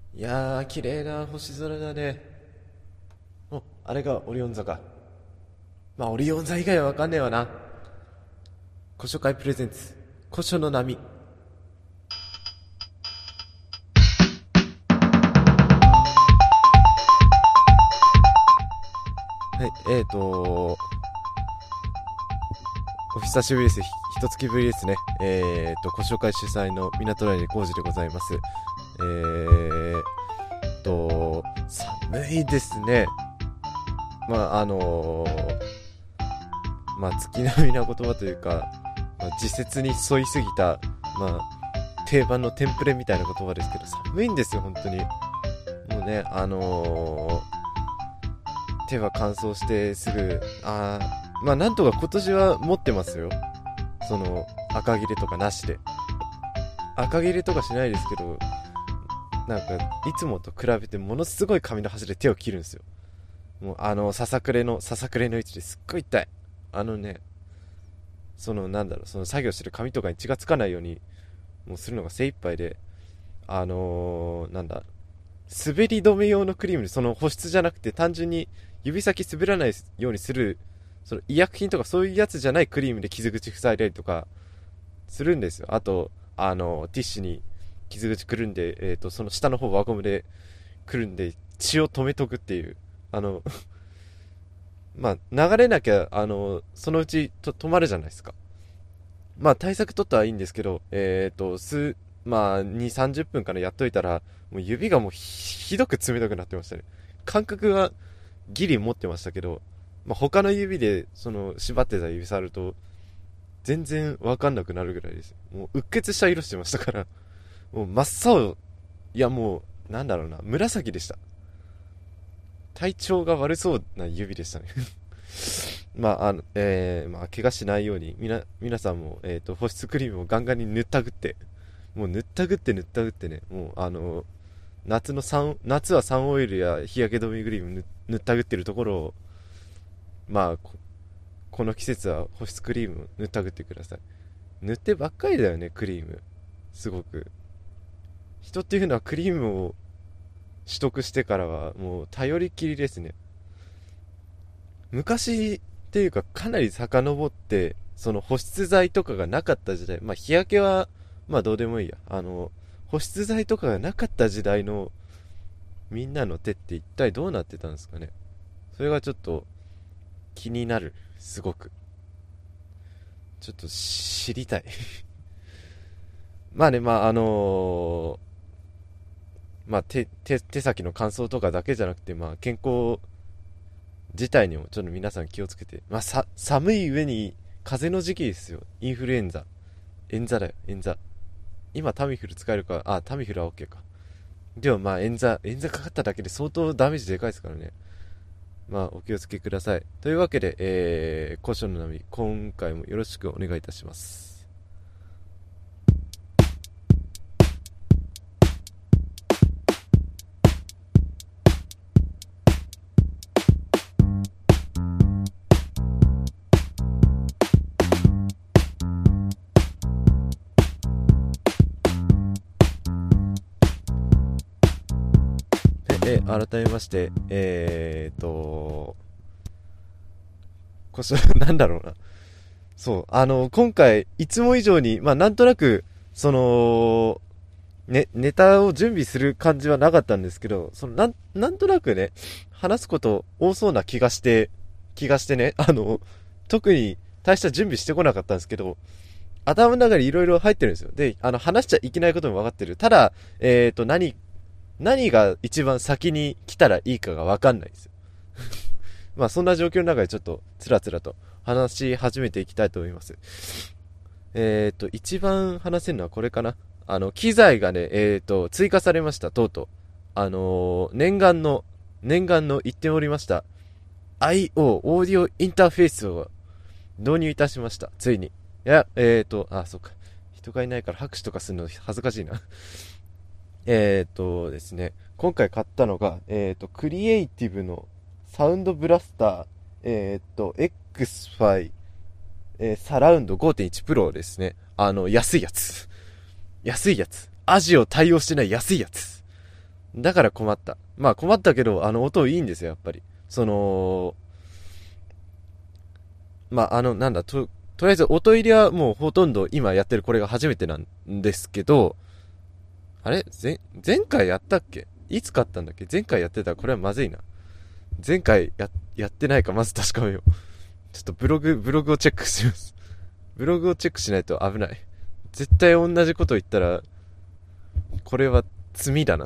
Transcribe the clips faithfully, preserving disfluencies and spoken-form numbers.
いやー、綺麗な星空だね。お、あれがオリオン座か。まあ、オリオン座以外はわかんねえわな。古書会プレゼンツ。古書の波。はい、えーとお久しぶりです。ひ一月ぶりですね。えーと、古書会主催の港来浩二でございます。えーと、寒いですね。まあ、あのー、まあ、月並みな言葉というか、まあ、時節に沿いすぎた、まあ、定番のテンプレみたいな言葉ですけど、寒いんですよ、本当に。もうね、あのー、手は乾燥してすぐ、あー、まあ、なんとか今年は持ってますよ。その、赤切れとかなしで。赤切れとかしないですけど、なんか、いつもと比べてものすごい紙の端で手を切るんですよ。もう、あの、ささくれの、ささくれの位置ですっごい痛い。あのね、その、なんだろう、その作業してる紙とかに血がつかないように、もうするのが精一杯で、あのー、なんだ、滑り止め用のクリームで、その保湿じゃなくて単純に指先滑らないようにする、その医薬品とかそういうやつじゃないクリームで傷口塞いだりとかするんですよ。あと、あの、ティッシュに傷口くるんで、えっ、と、その下の方輪ゴムでくるんで血を止めとくっていう、あの、まあ、流れなきゃ、あの、そのうちと止まるじゃないですか。まあ、対策取ったはいいんですけど、えっ、と、数、まあ、に、さんじゅっぷんからやっといたら、もう指がもうひひどく冷たくなってましたね。感覚はギリ持ってましたけど、まあ、他の指で、その、縛ってた指触ると、全然わかんなくなるぐらいです。もう、うっ血した色してましたから、もう真っ青、いやもう、なんだろうな、紫でした。体調が悪そうな指でしたね。まあ、あの、えー、まあ、怪我しないように、みな、皆さんも、えっ、と、保湿クリームをガンガンに塗ったくって、もう塗ったくって塗ったくってね、もう、あの、夏のサン、夏はサンオイルや日焼け止めクリーム塗塗ったくってるところを、まあこ、この季節は保湿クリーム塗ったくってください。塗ってばっかりだよね、クリーム。すごく。人っていうのはクリームを取得してからはもう頼りきりですね。昔っていうかかなり遡って、その保湿剤とかがなかった時代、まあ日焼けはまあどうでもいいや、あの保湿剤とかがなかった時代のみんなの手って一体どうなってたんですかね。それがちょっと気になる。すごくちょっと知りたい。まあね、まああのーまあ手手手先の乾燥とかだけじゃなくて、まあ健康自体にもちょっと皆さん気をつけて、まあ、さ寒い上に風邪の時期ですよ。インフルエンザ、エンザだよ、エンザ。今タミフル使えるか、あ、タミフルは OK か。でもまあエンザエンザかかっただけで相当ダメージでかいですからね。まあお気をつけください。というわけで、えー、古書の波、今回もよろしくお願いいたします。で、えー改めまして、えーと古書なんだろうな、そう、あの今回いつも以上に、まあなんとなくそのね、ネタを準備する感じはなかったんですけど、そのなん、なんとなくね、話すこと多そうな気がして、気がしてね、あの、特に大した準備してこなかったんですけど、頭の中にいろいろ入ってるんですよ。で、あの、話しちゃいけないことも分かってる。ただ、えっ、ー、と、何、何が一番先に来たらいいかが分かんないんですよ。まあ、そんな状況の中でちょっと、つらつらと話し始めていきたいと思います。えっ、ー、と、一番話せるのはこれかな。あの、機材がね、えっ、ー、と、追加されました、とうとう。あのー念願の、念願の言っておりました。アイオー、オーディオインターフェースを導入いたしました。ついに。いや、えっ、ー、と、あ、そっか。人がいないから拍手とかするの恥ずかしいな。えっとですね、今回買ったのが、えっ、ー、と、クリエイティブのサウンドブラスター、えっ、ー、と、エックスファイ、えー、サラウンド ごてんいち プロですね。あの、安いやつ。安いやつ。アジを対応してない安いやつ。 だから困った。まあ困ったけど、あの音いいんですよ、やっぱり。その、まああの、なんだ、と、とりあえず音入れはもうほとんど今やってるこれが初めてなんですけど、あれ前、前回やったっけ？いつ買ったんだっけ？前回やってたらこれはまずいな。前回や、やってないかまず確かめよう。ちょっとブログ、ブログをチェックします。ブログをチェックしないと危ない。絶対同じこと言ったら、これは罪だな。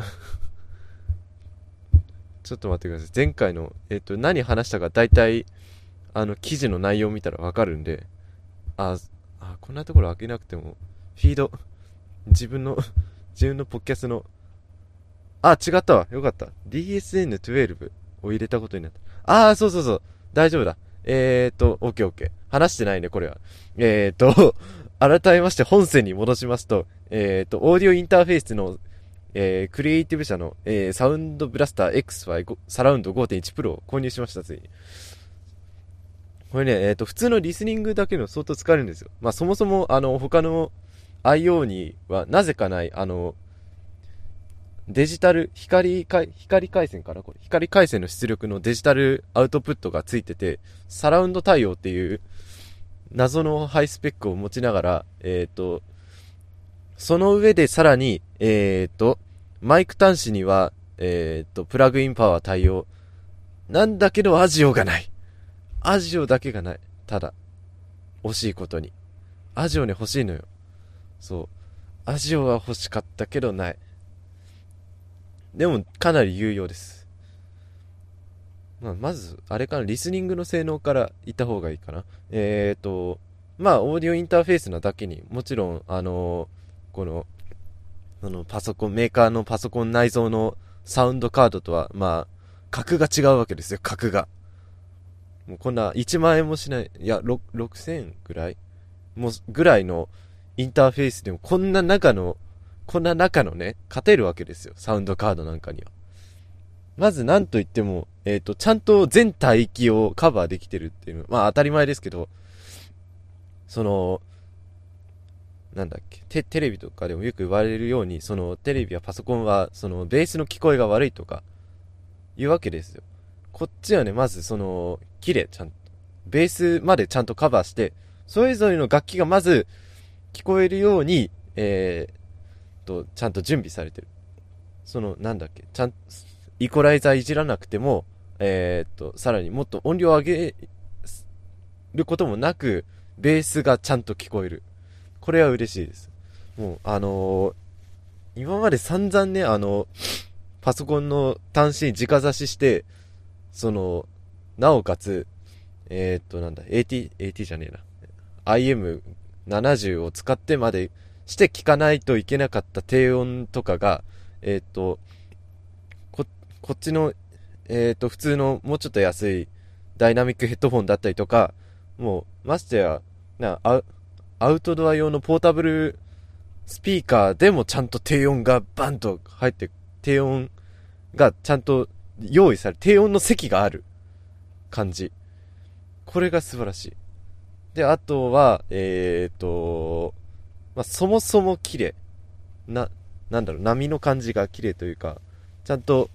ちょっと待ってください。前回の、えっと、何話したか大体、あの、記事の内容を見たらわかるんで、あ、あ、こんなところ開けなくても、フィード、自分の、自分のポッキャスの、あ、違ったわ。よかった。ディーエスエヌじゅうに を入れたことになった。あー、そうそうそう。大丈夫だ。えーと、オッケーオッケー。話してないね、これは。えーと、改めまして本線に戻しますと、えーと、オーディオインターフェースの、えー、クリエイティブ社の、えー、サウンドブラスター エックスワイ サラウンド ごてんいち プロを購入しました、ついに。これね、えーと、普通のリスニングだけの相当使えるんですよ。まあ、そもそも、あの、他の アイオー にはなぜかない、あの、デジタル、光か、光回線かなこれ。光回線の出力のデジタルアウトプットがついてて、サラウンド対応っていう謎のハイスペックを持ちながら、えっと、その上でさらに、えっと、マイク端子には、えっと、プラグインパワー対応。なんだけど、アジオがない。アジオだけがない。ただ、惜しいことに。アジオね、欲しいのよ。そう。アジオは欲しかったけどない。でも、かなり有用です。まあ、まず、あれかな、リスニングの性能から言った方がいいかな。えーと、まあ、オーディオインターフェースなだけに、もちろん、あのーこの、そのパソコン、メーカーのパソコン内蔵のサウンドカードとは、まあ、格が違うわけですよ、格が。もうこんないちまん円もしない、いや、ろくせんぐらいもう、ぐらいのインターフェースでも、こんな中の、こんな中のね、勝てるわけですよ、サウンドカードなんかには。まず何と言っても、えっと、ちゃんと全帯域をカバーできてるっていうの、まあ当たり前ですけど、その、なんだっけ、テ、テレビとかでもよく言われるように、その、テレビやパソコンは、その、ベースの聞こえが悪いとか、いうわけですよ。こっちはね、まずその、綺麗、ちゃんと。ベースまでちゃんとカバーして、それぞれの楽器がまず、聞こえるように、えー、と、ちゃんと準備されてる。その、なんだっけ、ちゃん、イコライザーいじらなくても、えー、っと、さらにもっと音量を上げることもなく、ベースがちゃんと聞こえる。これは嬉しいです。もう、あのー、今まで散々ね、あの、パソコンの端子に直差しして、その、なおかつ、えー、っと、なんだ、エーティー、エーティー じゃねえな。アイエムななじゅう を使ってまでして聞かないといけなかった低音とかが、えー、っと、こ、こっちの、えー、っと、普通のもうちょっと安いダイナミックヘッドホンだったりとか、もう、ましてや、な、アウ、アウトドア用のポータブルスピーカーでもちゃんと低音がバンと入って、低音がちゃんと用意され、低音の席がある感じ。これが素晴らしい。で、あとは、えーと、まあ、そもそも綺麗。な、なんだろう、波の感じが綺麗というか、ちゃんと、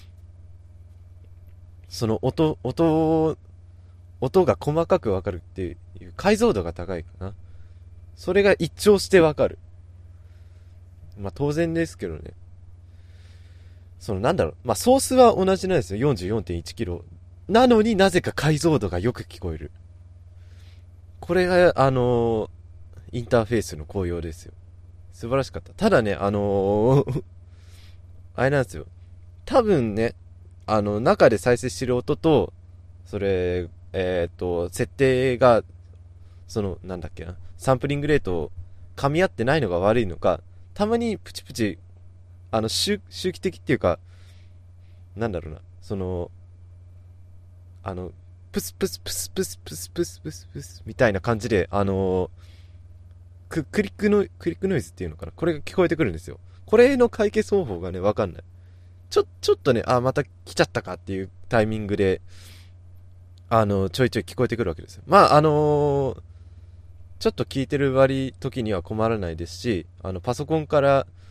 その音、音、音が細かくわかるっていう解像度が高いかな。それが一聴してわかる。まあ、当然ですけどね。そのなんだろう、まあ、ソースは同じなんですよ。よんじゅうよんてんいちキロ。なのになぜか解像度がよく聞こえる。これが、あのー、インターフェースの効用ですよ。素晴らしかった。ただね、あのー、あれなんですよ。多分ね、あの、中で再生してる音と、それ、えっと、設定が、その、なんだっけな、サンプリングレート噛み合ってないのが悪いのか、たまにプチプチ、あの、周周期的っていうか、なんだろうな、その、あの、プスプスプスプスプスプスプスプスみたいな感じで、あのク、クリックの、クリックノイズっていうのかな、これが聞こえてくるんですよ。これの解決方法がね、わかんない。ちょ、ちょっとね、あ、また来ちゃったかっていうタイミングで、あの、ちょいちょい聞こえてくるわけですよ。まあ、あのーちょっと聞いてる割時には困らないですし、あの、パソコンから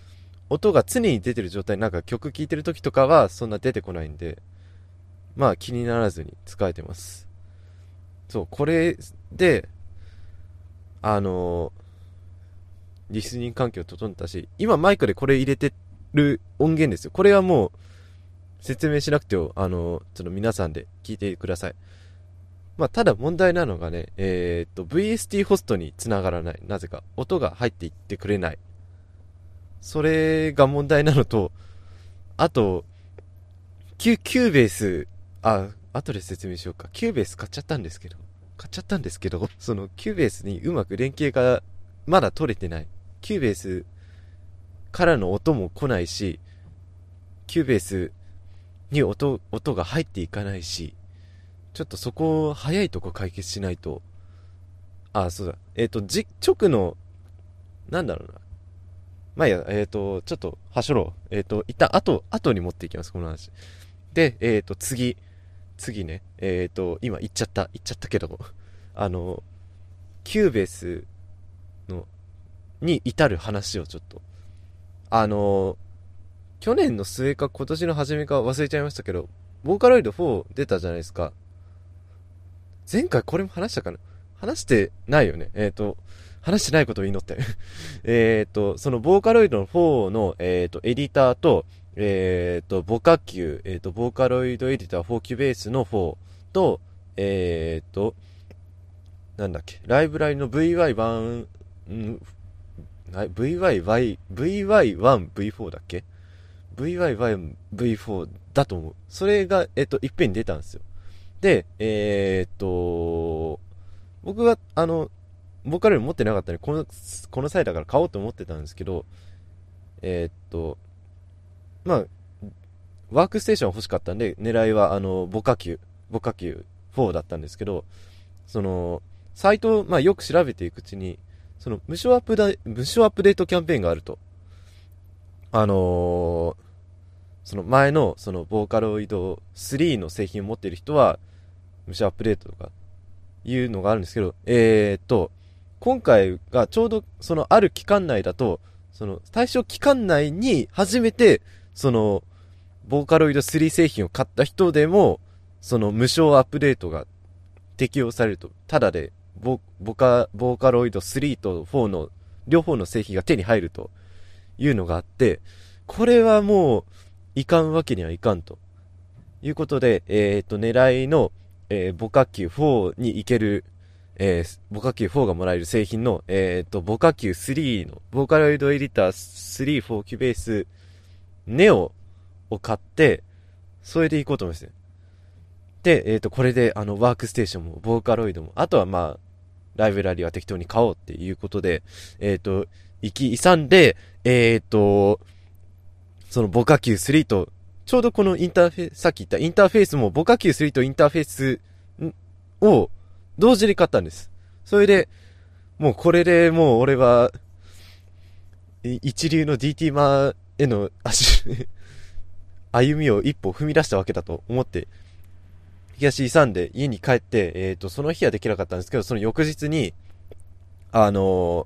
音が常に出てる状態、なんか曲聴いてる時とかはそんな出てこないんで、まあ気にならずに使えてます。そう、これで、あのー、リスニング環境整ったし、今マイクでこれ入れてる音源ですよ。これはもう説明しなくても、あのー、ちょっと皆さんで聞いてください。まあ、ただ問題なのがね、えー、っと、ブイエスティー ホストに繋がらない。なぜか。音が入っていってくれない。それが問題なのと、あと、キュ、キューベース、あ、後で説明しようか。キューベース買っちゃったんですけど、買っちゃったんですけど、そのキューベースにうまく連携がまだ取れてない。キューベースからの音も来ないし、キューベースに音、音が入っていかないし、ちょっとそこを早いとこ解決しないと。あ、そうだ。えっ、と、じ、直の、なんだろうな。まあいいや、えっ、と、ちょっと、はしょろう。えっ、と、一旦後、後に持っていきます、この話。で、えっ、と、次、次ね。えっ、と、今言っちゃった、言っちゃったけど、あの、キューベースの、に至る話をちょっと。あの、去年の末か今年の初めか忘れちゃいましたけど、ボーカロイドフォー出たじゃないですか。前回これも話したかな、話してないよね。えっ、ー、と、話してないことを祈って。えっと、そのボーカロイドのフォーの、えっ、ー、と、エディターと、えっ、ー、と、ボカキュー、えっ、と、ボーカロイドエディターフォーキュベースのフォーと、えっ、と、なんだっけ、ライブラリの ブイワイワン、ん ブイワイワイ、ブイワイワン、ブイフォー だっけ ブイワイワン、ブイフォー だと思う。それが、えっ、と、いっぺんに出たんですよ。で、えー、っと、僕が、あの、ボーカロイド持ってなかったので、この、この際だから買おうと思ってたんですけど、えー、っと、まあ、ワークステーション欲しかったんで、狙いは、あの、ボカキュ、ボカキュフォーだったんですけど、その、サイトを、まあ、よく調べていくうちに、その、無償アップだ、無償アップデートキャンペーンがあると。あのー、その前の、その、ボーカロイドスリーの製品を持っている人は、無償アップデートとか、いうのがあるんですけど、えーっと、今回がちょうどそのある期間内だと、その対象期間内に初めて、その、ボーカロイドスリー製品を買った人でも、その無償アップデートが適用されると。ただで、ボ、ボカ、ボーカロイドスリーとフォーの両方の製品が手に入るというのがあって、これはもう、いかんわけにはいかんと。いうことで、えーっと、狙いの、えー、ボカキューフォーに行ける、えー、ボカキューフォーがもらえる製品の、えっと、ボカキュースリーの、ボーカロイドエディタースリー、フォーキュベース、ネオを買って、それで行こうと思いますね。で、えっと、これで、あの、ワークステーションも、ボーカロイドも、あとはまあ、ライブラリは適当に買おうっていうことで、えっと、行き勇んで、えっと、そのボカキュースリーと、ちょうどこのインターフェース、さっき言ったインターフェースも、ボカキュースリーとインターフェースを同時に買ったんです。それで、もうこれでもう俺は、一流の ディーティー マーへの足、歩みを一歩踏み出したわけだと思って、東勇んで家に帰って、えっと、その日はできなかったんですけど、その翌日に、あのー、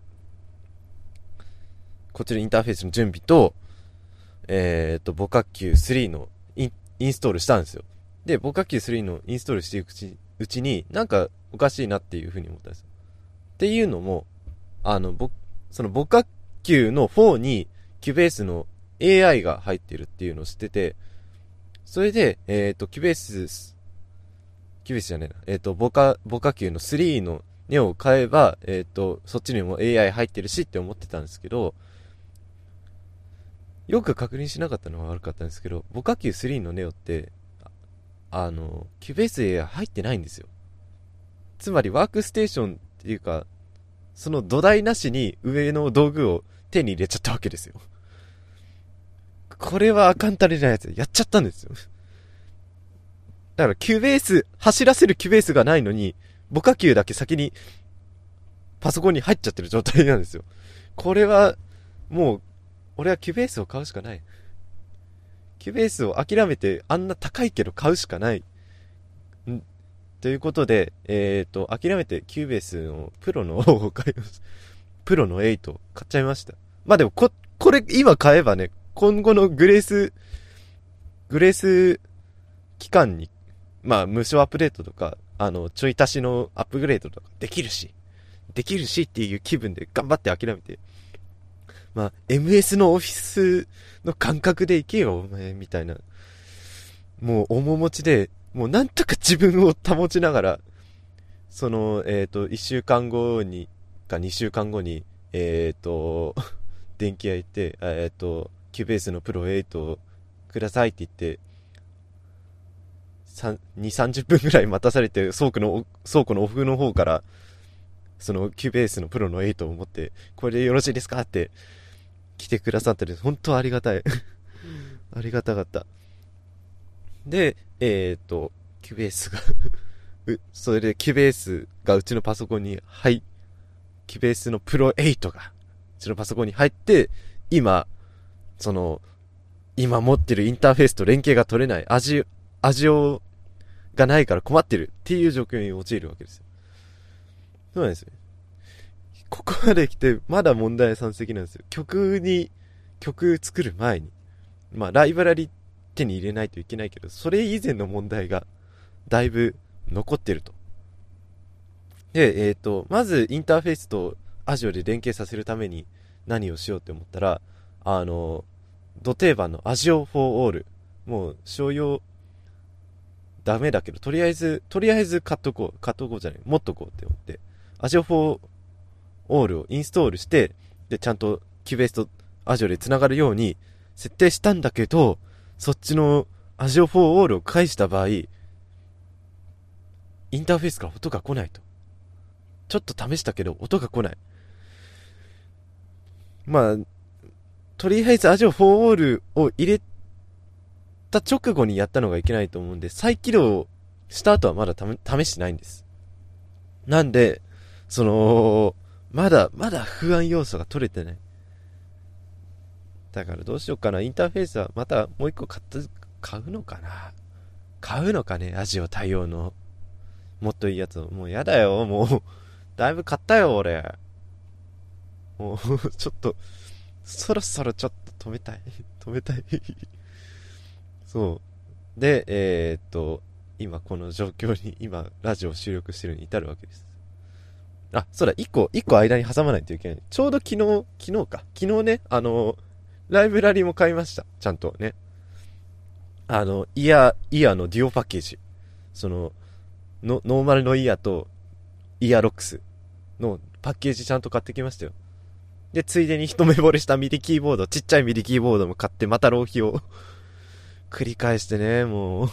こっちのインターフェースの準備と、えっと、ボカキュースリーのイン、インストールしたんですよ。で、ボカキュースリーのインストールしていくうちうちに、なんかおかしいなっていう風に思ったんですよ。っていうのも、あの、ぼ、そのボカキューのフォーに、キュベースの エーアイ が入ってるっていうのを知ってて、それで、えっと、キュベース、キュベースじゃねえな、えっと、ボカ、ボカキューのスリーのネオを買えば、えっと、そっちにも エーアイ 入ってるしって思ってたんですけど、よく確認しなかったのが悪かったんですけど、ボカキュースリーのネオって、あの、キュベース エーアイ 入ってないんですよ。つまりワークステーションっていうか、その土台なしに上の道具を手に入れちゃったわけですよ。これはあかんたれないやつやっちゃったんですよ。だからキュベース、走らせるキュベースがないのに、ボカキューだけ先にパソコンに入っちゃってる状態なんですよ。これは、もう、俺はキュベースを買うしかない。キュベースを諦めてあんな高いけど買うしかない。んということで、えっと、諦めてキューベースのプロの方を買いました。プロのエイト買っちゃいました。まあでもこ、 これ今買えばね、今後のグレース、グレース期間に、まあ無償アップデートとか、あの、ちょい足しのアップグレードとかできるし、できるしっていう気分で頑張って諦めて、まあ エムエス のオフィスの感覚でいけよ、お前、みたいな。もう面持ちで、もうなんとか自分を保ちながら、その、えっと、いっしゅうかんごに、かにしゅうかんごに、えっと、電気屋行って、えっと、キュベースのプロエイトをくださいって言って、に、さんじゅっぷんぐらい待たされて、倉庫の、倉庫のオフの方から、そのキュベースのプロのエイトを持って、これでよろしいですかって来てくださったり、本当ありがたい。ありがたかった。で、えっと、キュベースがう、それでキュベースがうちのパソコンに入っ、キュベースのプロエイトがうちのパソコンに入って、今、その、今持ってるインターフェースと連携が取れない、味、味を、がないから困ってるっていう状況に陥るわけですよ。そうなんですよ。ここまで来て、まだ問題山積なんですよ。曲に、曲作る前に。まあ、ライブラリ手に入れないといけないけど、それ以前の問題が、だいぶ残ってると。で、えっと、まず、インターフェースと Azure で連携させるために何をしようって思ったら、あの、ド定番の Azure for All。もう、商用、ダメだけど、とりあえず、とりあえず買っとこう。買っとこうじゃない。持っとこうって思って。Azure for All をインストールして、で、ちゃんと Cubase と Azure で繋がるように設定したんだけど、そっちの Azure for All を返した場合、インターフェースから音が来ないと。ちょっと試したけど、音が来ない。まあ、とりあえず Azure for All を入れた直後にやったのがいけないと思うんで、再起動した後はまだ試してないんです。なんで、その、まだ、まだ不安要素が取れてない。だからどうしようかな。インターフェースはまたもう一個買った、買うのかな。買うのかね。アジオ対応の。もっといいやつを。もうやだよ。もう、だいぶ買ったよ、俺。もう、ちょっと、そろそろちょっと止めたい。止めたい。そう。で、えー、っと、今この状況に、今、ラジオを収録してるに至るわけです。あ、そうだ、一個、一個間に挟まないといけない。ちょうど昨日、昨日か。昨日ね、あの、ライブラリも買いました。ちゃんとね。あの、イヤー、イヤーのデュオパッケージ。その、の、ノーマルのイヤーと、イヤーロックスのパッケージちゃんと買ってきましたよ。で、ついでに一目惚れしたミディキーボード、ちっちゃいミディキーボードも買って、また浪費を繰り返してね、もう。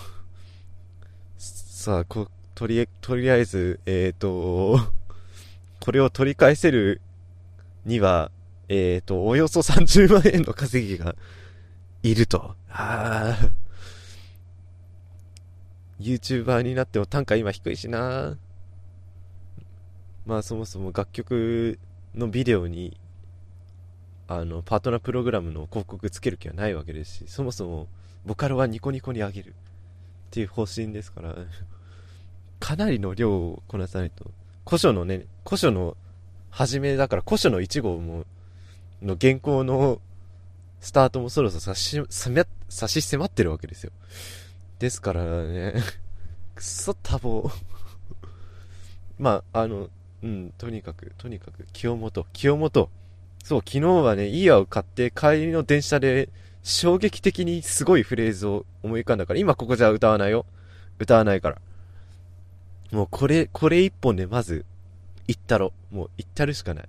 さあ、こ、とり、とりあえず、えーと、これを取り返せるには、えーと、およそさんじゅうまんえんの稼ぎがいると。ああ。YouTuber になっても単価今低いしな。まあそもそも楽曲のビデオに、あの、パートナープログラムの広告つける気はないわけですし、そもそもボカロはニコニコに上げるっていう方針ですから、かなりの量をこなさないと。古書のね、古書の初めだから古書のいち号も、の原稿のスタートもそろそろ差し、差し迫ってるわけですよ。ですからね、くそ多忙。まあ、あの、うん、とにかく、とにかく、清本、清本。そう、昨日はね、イヤーを買って帰りの電車で衝撃的にすごいフレーズを思い浮かんだから、今ここじゃ歌わないよ。歌わないから。もうこれ、これ一本でまず、行ったろ。もう行ったるしかない。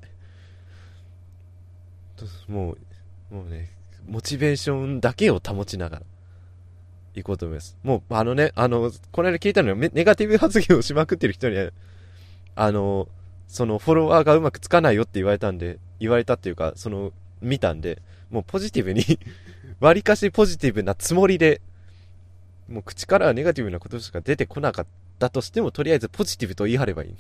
もう、もうね、モチベーションだけを保ちながら、行こうと思います。もう、あのね、あの、この間聞いたのは、ネガティブ発言をしまくってる人には、あの、その、フォロワーがうまくつかないよって言われたんで、言われたっていうか、その、見たんで、もうポジティブに割かしポジティブなつもりで、もう口からはネガティブなことしか出てこなかったとしても、とりあえずポジティブと言い張ればいい。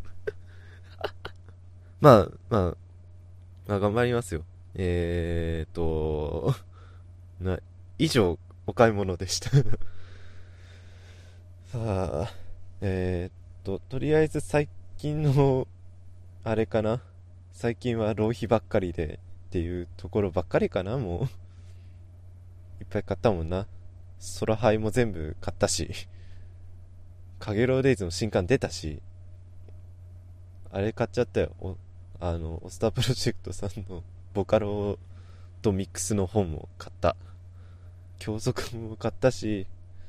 まあ、まあ、まあ頑張りますよ。えーと、な、以上、お買い物でした。さあ、えーっと、とりあえず最近の、あれかな。最近は浪費ばっかりで、 っていうところばっかりかな。もういっぱい買ったもんな。空ハイも全部買ったし、かげろうデイズの新刊出たし、あれ買っちゃったよ。おあのオスタープロジェクトさんのボカロとミックスの本も買った。教則も買ったし、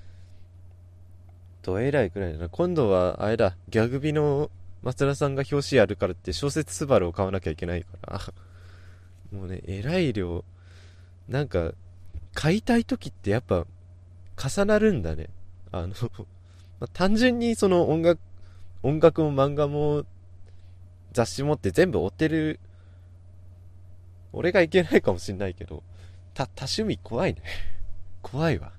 とえらいくらいだな。今度はあれだ、ギャグビの松田さんが表紙やるからって小説スバルを買わなきゃいけないからもうね、えらい量。なんか買いたい時ってやっぱ重なるんだね。あのまあ、単純にその音楽音楽も漫画も雑誌もって全部追ってる俺がいけないかもしんないけど、た多趣味怖いね怖いわ。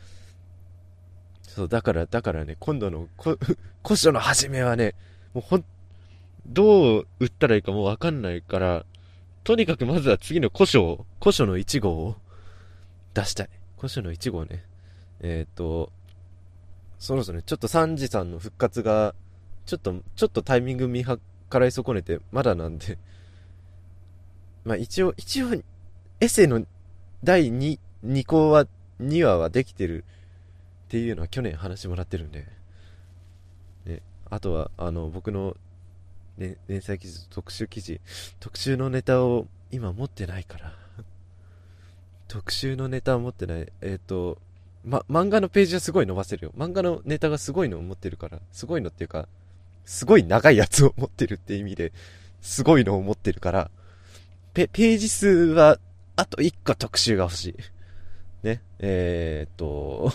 そうだからだからね、今度のこ古書の始めはね、もうほんどう売ったらいいかもう分かんないから、とにかくまずは次の古書を古書のいち号を出したい。古書のいち号ね。えっ、ー、とそろそろね、ちょっとサンジさんの復活がちょっとちょっとタイミング見計らい損ねてまだなんで、まあ一応一応エッセイのだい 2, 2項はにわはできてるっていうのは去年話してもらってるんで、ね、あとはあの僕の、ね、連載記事、特集記事、特集のネタを今持ってないから特集のネタは持ってない。えっ、ー、とま、漫画のページはすごい伸ばせるよ。漫画のネタがすごいのを持ってるから、すごいのっていうかすごい長いやつを持ってるって意味ですごいのを持ってるから、ペ, ページ数はあといっこ特集が欲しいね。えー、っと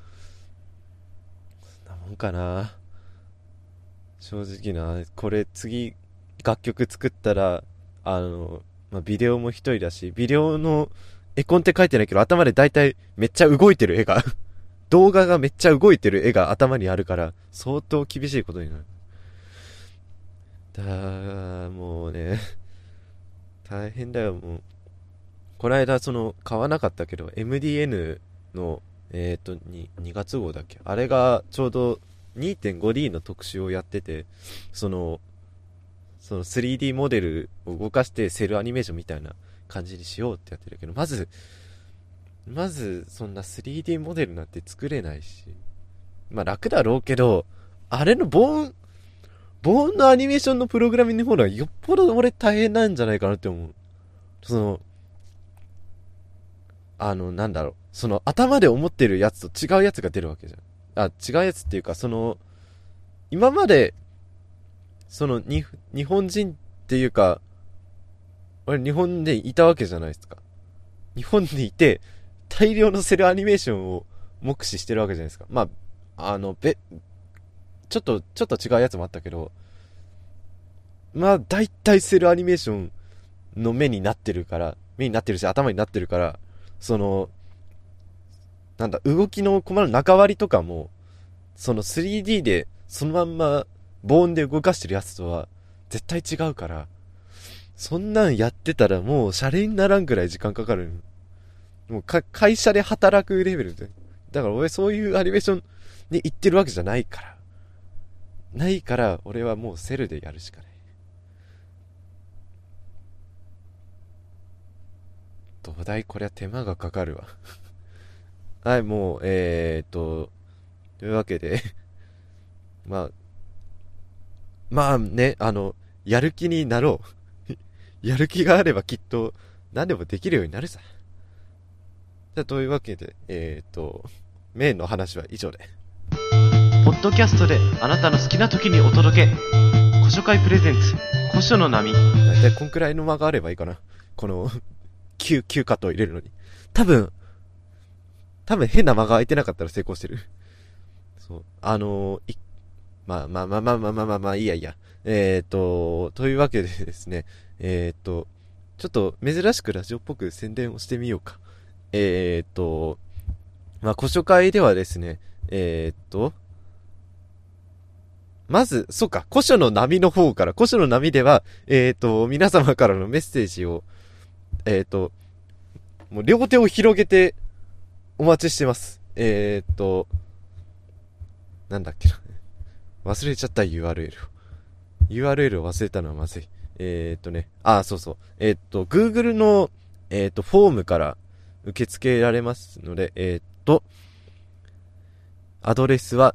そんなもんかな。正直な、これ次楽曲作ったらあの、まあ、ビデオも一人だし、ビデオの絵コンって書いてないけど頭で大体めっちゃ動いてる絵が動画がめっちゃ動いてる絵が頭にあるから相当厳しいことになる。だもうね大変だよ。もうこの間その買わなかったけど エムディーエヌ のえっ、ー、と 2, 2月号だっけ、あれがちょうど にてんごディー の特集をやってて、そのその スリーディー モデルを動かしてセルアニメーションみたいな感じにしようってやってるけど、まずまずそんな スリーディー モデルなんて作れないし、まあ楽だろうけど、あれのボーンボーンのアニメーションのプログラミングの方がよっぽど俺大変なんじゃないかなって思う。そのあのなんだろう、その頭で思ってるやつと違うやつが出るわけじゃん。あ、違うやつっていうか、その今までそのに日本人っていうか、俺日本でいたわけじゃないですか。日本にいて大量のセルアニメーションを目視してるわけじゃないですか。まああのべちょっとちょっと違うやつもあったけど、まあ大体セルアニメーションの目になってるから、目になってるし頭になってるから、そのなんだ、動きの細かい中割りとかもその スリーディー でそのまんまボーンで動かしてるやつとは絶対違うから、そんなんやってたらもうシャレにならんぐらい時間かかる。もうか会社で働くレベルで。だから俺そういうアニメーションに行ってるわけじゃないからないから俺はもうセルでやるしかない。どうだい、こりゃ手間がかかるわはい、もうえーっとというわけでまあまあね、あのやる気になろうやる気があればきっと何でもできるようになるさ。じゃあというわけでえーっとメインの話は以上で、ポッドキャストであなたの好きな時にお届け、古書会プレゼンツ古書の波。だいたいこんくらいの間があればいいかな、この急急カットを入れるのに。多分多分変な間が空いてなかったら成功してる。そうあのー、いまあまあまあまあまあまあまあまあいいやいいや。えーとというわけでですね、えーとちょっと珍しくラジオっぽく宣伝をしてみようか。えーとまあ古書会ではですね、えーとまず、そうか、古書の波の方から、古書の波では、えーと、皆様からのメッセージを、えーと、もう両手を広げてお待ちしてます。えーと、なんだっけな。忘れちゃった ユーアールエル を。ユーアールエル を忘れたのはまずい。 えー、っとね、あ、そうそう。えー、っと、Google の、えー、っと、フォームから受け付けられますので、えー、っと、アドレスは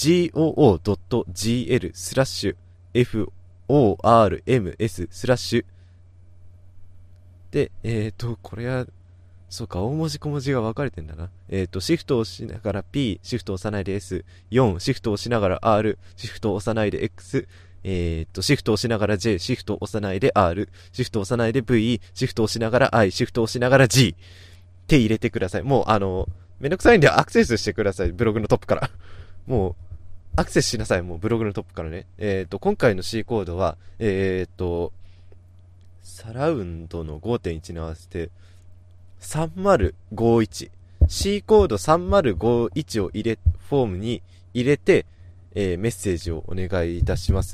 goo.gl スラッシュ forms スラッシュで、えーと、これは、そうか、大文字小文字が分かれてんだな。えーと、シフトを押しながら P、シフトを押さないで S、よん、シフトを押しながら R、シフトを押さないで X、えーと、シフトを押しながら J、シフトを押さないで R、シフトを押さないで V、シフトを押しながら I、シフトを押しながら G って入れてください。もう、あの、めんどくさいんでアクセスしてください。ブログのトップから。もう、アクセスしなさい。もうブログのトップからね。えーと、今回の C コードは、えーと、サラウンドの ごてんいち に合わせて、さんまるごいち。C コードさんまるごいちを入れ、フォームに入れて、えー、メッセージをお願いいたします。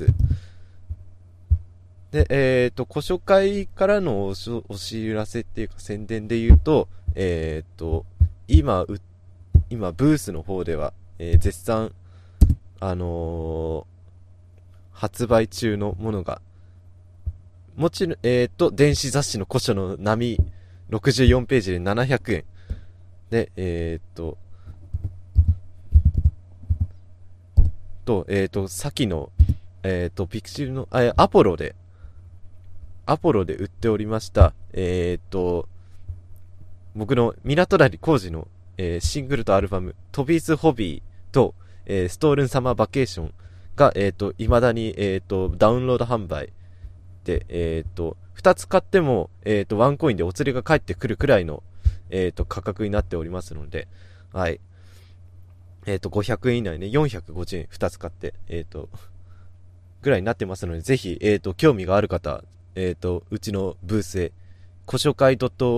で、えーと、古書会からのおし、お知らせっていうか宣伝で言うと、えーと、今、う、今、ブースの方では、えー、絶賛、あのー、発売中のものが、もちろん、えーと、電子雑誌の古書の波、ろくじゅうよんページでななひゃくえん。で、えーと、と、えーと、さっきの、えーと、ピクシブの、あ、アポロで、アポロで売っておりました、えーと、僕の港谷浩二の、えー、シングルとアルバム、トビーズホビーと、えー、ストールンサマーバケーションが、えーと、未だに、えーと、ダウンロード販売で、えーと、二つ買っても、えーと、ワンコインでお釣りが返ってくるくらいの、えーと、価格になっておりますので、はい。えーと、ごひゃくえん以内ね、よんひゃくごじゅうえん二つ買って、えーと、ぐらいになってますので、ぜひ、えーと、興味がある方、えーと、うちのブースへ、古書会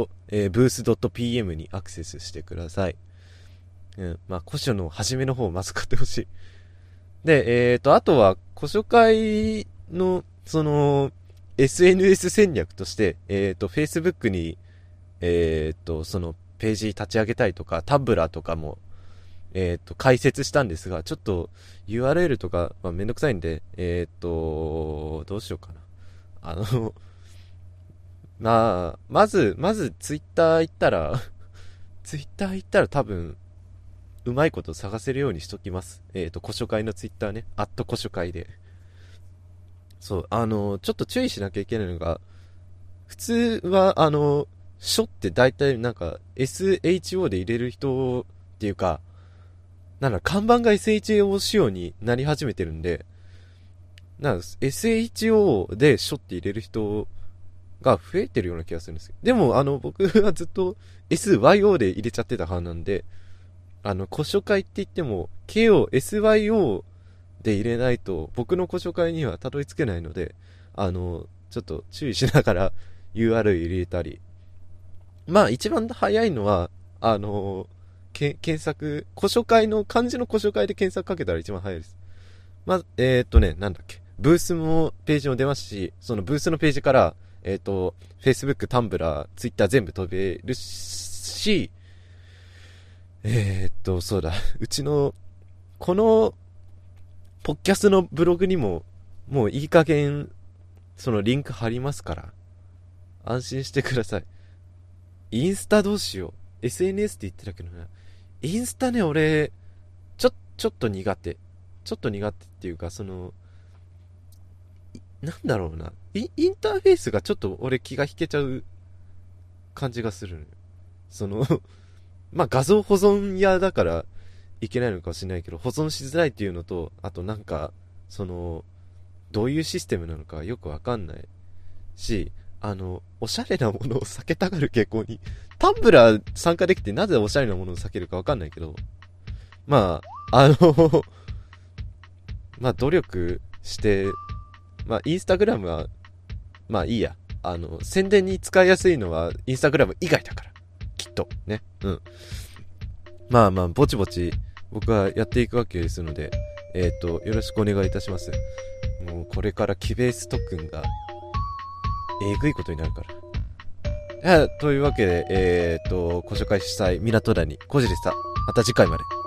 .booth.pm にアクセスしてください。うん、まあ、古書の初めの方をまず買ってほしい。で、えーと、あとは、古書会の、その、エスエヌエス 戦略として、えーと、Facebook に、えーと、その、ページ立ち上げたいとか、タブラとかも、えーと、解説したんですが、ちょっと ユーアールエル とか、まあ、めんどくさいんで、えーと、どうしようかな。あの、まあ、まず、まず、ツイッター行ったら、ツイッター行ったら多分、うまいこと探せるようにしときます。えーと、古書会のツイッターね、アット古書会で。そう、あの、ちょっと注意しなきゃいけないのが、普通は、あの、書って大体なんか、エスエイチオー で入れる人っていうか、なんだ、看板が エスエイチオー 仕様になり始めてるんで、なんか エスエイチオー で書って入れる人が増えてるような気がするんですよ。でも、あの、僕はずっと エスワイオー で入れちゃってた派なんで、あの、古書会って言っても、ケーオー、エスワイオー で入れないと、僕の古書会にはたどり着けないので、あの、ちょっと注意しながら ユーアールエル 入れたり。まあ、一番早いのは、あの、け検索、古書会の、漢字の古書会で検索かけたら一番早いです。まあ、えー、っとね、なんだっけ。ブースもページも出ますし、そのブースのページから、えー、っと、Facebook、Tumblr、Twitter 全部飛べるし、えー、っと、そうだ。うちの、この、ポッキャスのブログにも、もういい加減、そのリンク貼りますから、安心してください。インスタどうしよう。エスエヌエス って言ってたけどな。インスタね、俺、ちょ、ちょっと苦手。ちょっと苦手っていうか、その、なんだろうな。イ、インターフェースがちょっと俺気が引けちゃう感じがするのよ。その、まあ、画像保存屋だからいけないのかもしれないけど、保存しづらいっていうのと、あとなんか、その、どういうシステムなのかよくわかんないし、あの、おしゃれなものを避けたがる傾向に、タンブラー参加できてなぜおしゃれなものを避けるかわかんないけど、まあ、あの、まあ、努力して、まあ、インスタグラムは、まあいいや。あの、宣伝に使いやすいのは、インスタグラム以外だから。きっと。ね。うん。まあまあ、ぼちぼち、僕はやっていくわけですので、えっと、よろしくお願いいたします。もう、これからキベース特訓が、えぐいことになるから。というわけで、えっと、古書会主催、港谷、小路でした。また次回まで。